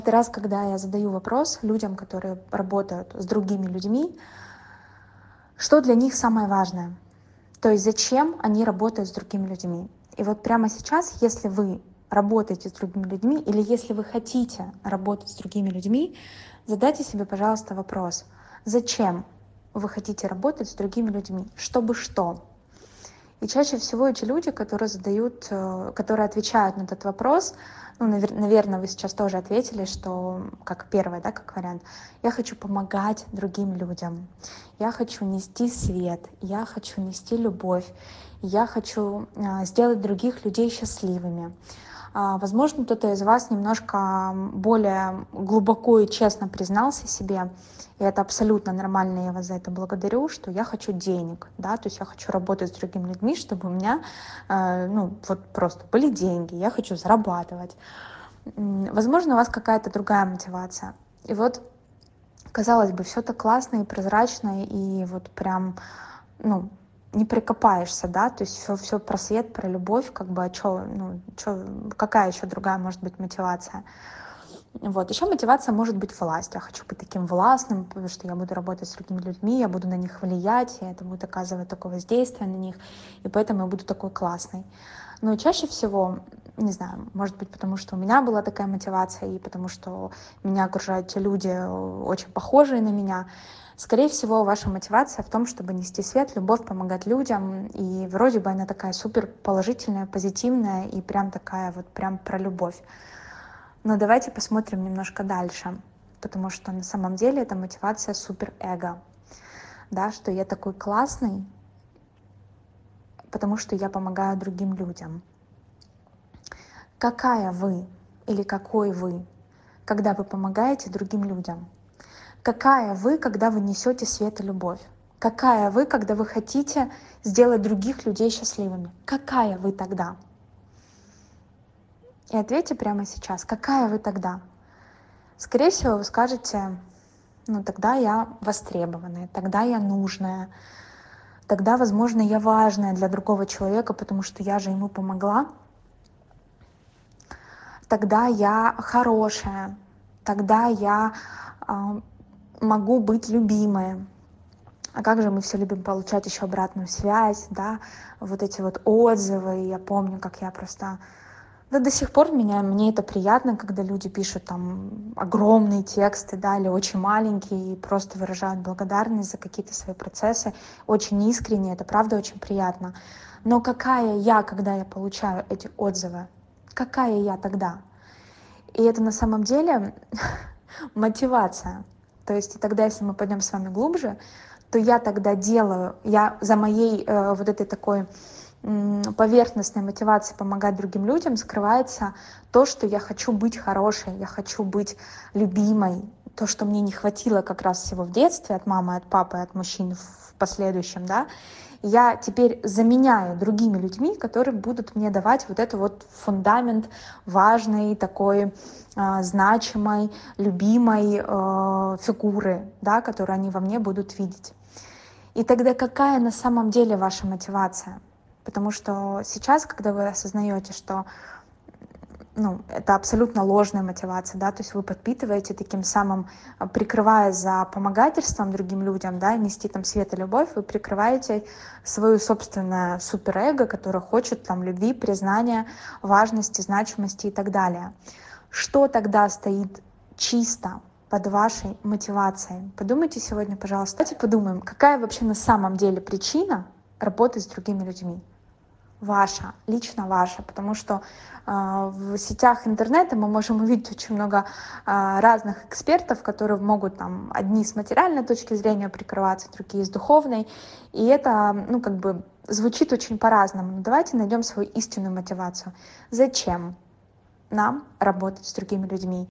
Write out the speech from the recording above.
Каждый раз, когда я задаю вопрос людям, которые работают с другими людьми, что для них самое важное? То есть зачем они работают с другими людьми? И вот прямо сейчас, если вы работаете с другими людьми или если вы хотите работать с другими людьми, задайте себе, пожалуйста, вопрос: зачем вы хотите работать с другими людьми? Чтобы что? И чаще всего эти люди, которые отвечают на этот вопрос, наверное, вы сейчас тоже ответили, что как первое, да, как вариант: я хочу помогать другим людям, я хочу нести свет, я хочу нести любовь, я хочу сделать других людей счастливыми. Возможно, кто-то из вас немножко более глубоко и честно признался себе, и это абсолютно нормально, я вас за это благодарю, что я хочу денег, да, то есть я хочу работать с другими людьми, чтобы у меня, просто были деньги, я хочу зарабатывать. Возможно, у вас какая-то другая мотивация. И вот, казалось бы, все так классно и прозрачно, и вот прям, не прикопаешься, да, то есть все про свет, про любовь, как бы, какая еще другая может быть мотивация? Вот. Еще мотивация может быть власть. Я хочу быть таким властным, потому что я буду работать с другими людьми, я буду на них влиять, и это будет оказывать такое воздействие на них, и поэтому я буду такой классный. Но чаще всего, не знаю, может быть, потому что у меня была такая мотивация, и потому что меня окружают те люди, очень похожие на меня, скорее всего, ваша мотивация в том, чтобы нести свет, любовь, помогать людям, и вроде бы она такая супер положительная, позитивная, и прям такая вот прям про любовь. Но давайте посмотрим немножко дальше, потому что на самом деле это мотивация суперэго, да, что я такой классный, потому что я помогаю другим людям. Какая вы или какой вы, когда вы помогаете другим людям? Какая вы, когда вы несете свет и любовь? Какая вы, когда вы хотите сделать других людей счастливыми? Какая вы тогда? И ответьте прямо сейчас, какая вы тогда? Скорее всего, вы скажете: тогда я востребованная, тогда я нужная, тогда, возможно, я важная для другого человека, потому что я же ему помогла. Тогда я хорошая, тогда я могу быть любимой. А как же мы все любим получать еще обратную связь, да, вот эти вот отзывы. Я помню, как я просто... Да, до сих пор мне это приятно, когда люди пишут там огромные тексты, да, или очень маленькие, и просто выражают благодарность за какие-то свои процессы. Очень искренне, это правда очень приятно. Но какая я, когда я получаю эти отзывы? Какая я тогда? И это на самом деле мотивация. То есть и тогда, если мы пойдем с вами глубже, то я тогда я за моей вот этой такой поверхностной мотивации помогать другим людям скрывается то, что я хочу быть хорошей, я хочу быть любимой, то, что мне не хватило как раз всего в детстве от мамы, от папы, от мужчин в последующем, да, я теперь заменяю другими людьми, которые будут мне давать вот этот вот фундамент важной, такой значимой, любимой фигуры, да, которую они во мне будут видеть. И тогда какая на самом деле ваша мотивация? Потому что сейчас, когда вы осознаете, что это абсолютно ложная мотивация, да, то есть вы подпитываете таким самым, прикрывая за помогательством другим людям, да, нести там свет и любовь, вы прикрываете свое собственное суперэго, которое хочет там любви, признания, важности, значимости и так далее. Что тогда стоит чисто под вашей мотивацией? Подумайте сегодня, пожалуйста. Давайте подумаем, какая вообще на самом деле причина работать с другими людьми? Ваша, лично ваша, потому что в сетях интернета мы можем увидеть очень много разных экспертов, которые могут там одни с материальной точки зрения прикрываться, другие с духовной, и это, звучит очень по-разному. Но давайте найдем свою истинную мотивацию. Зачем нам работать с другими людьми?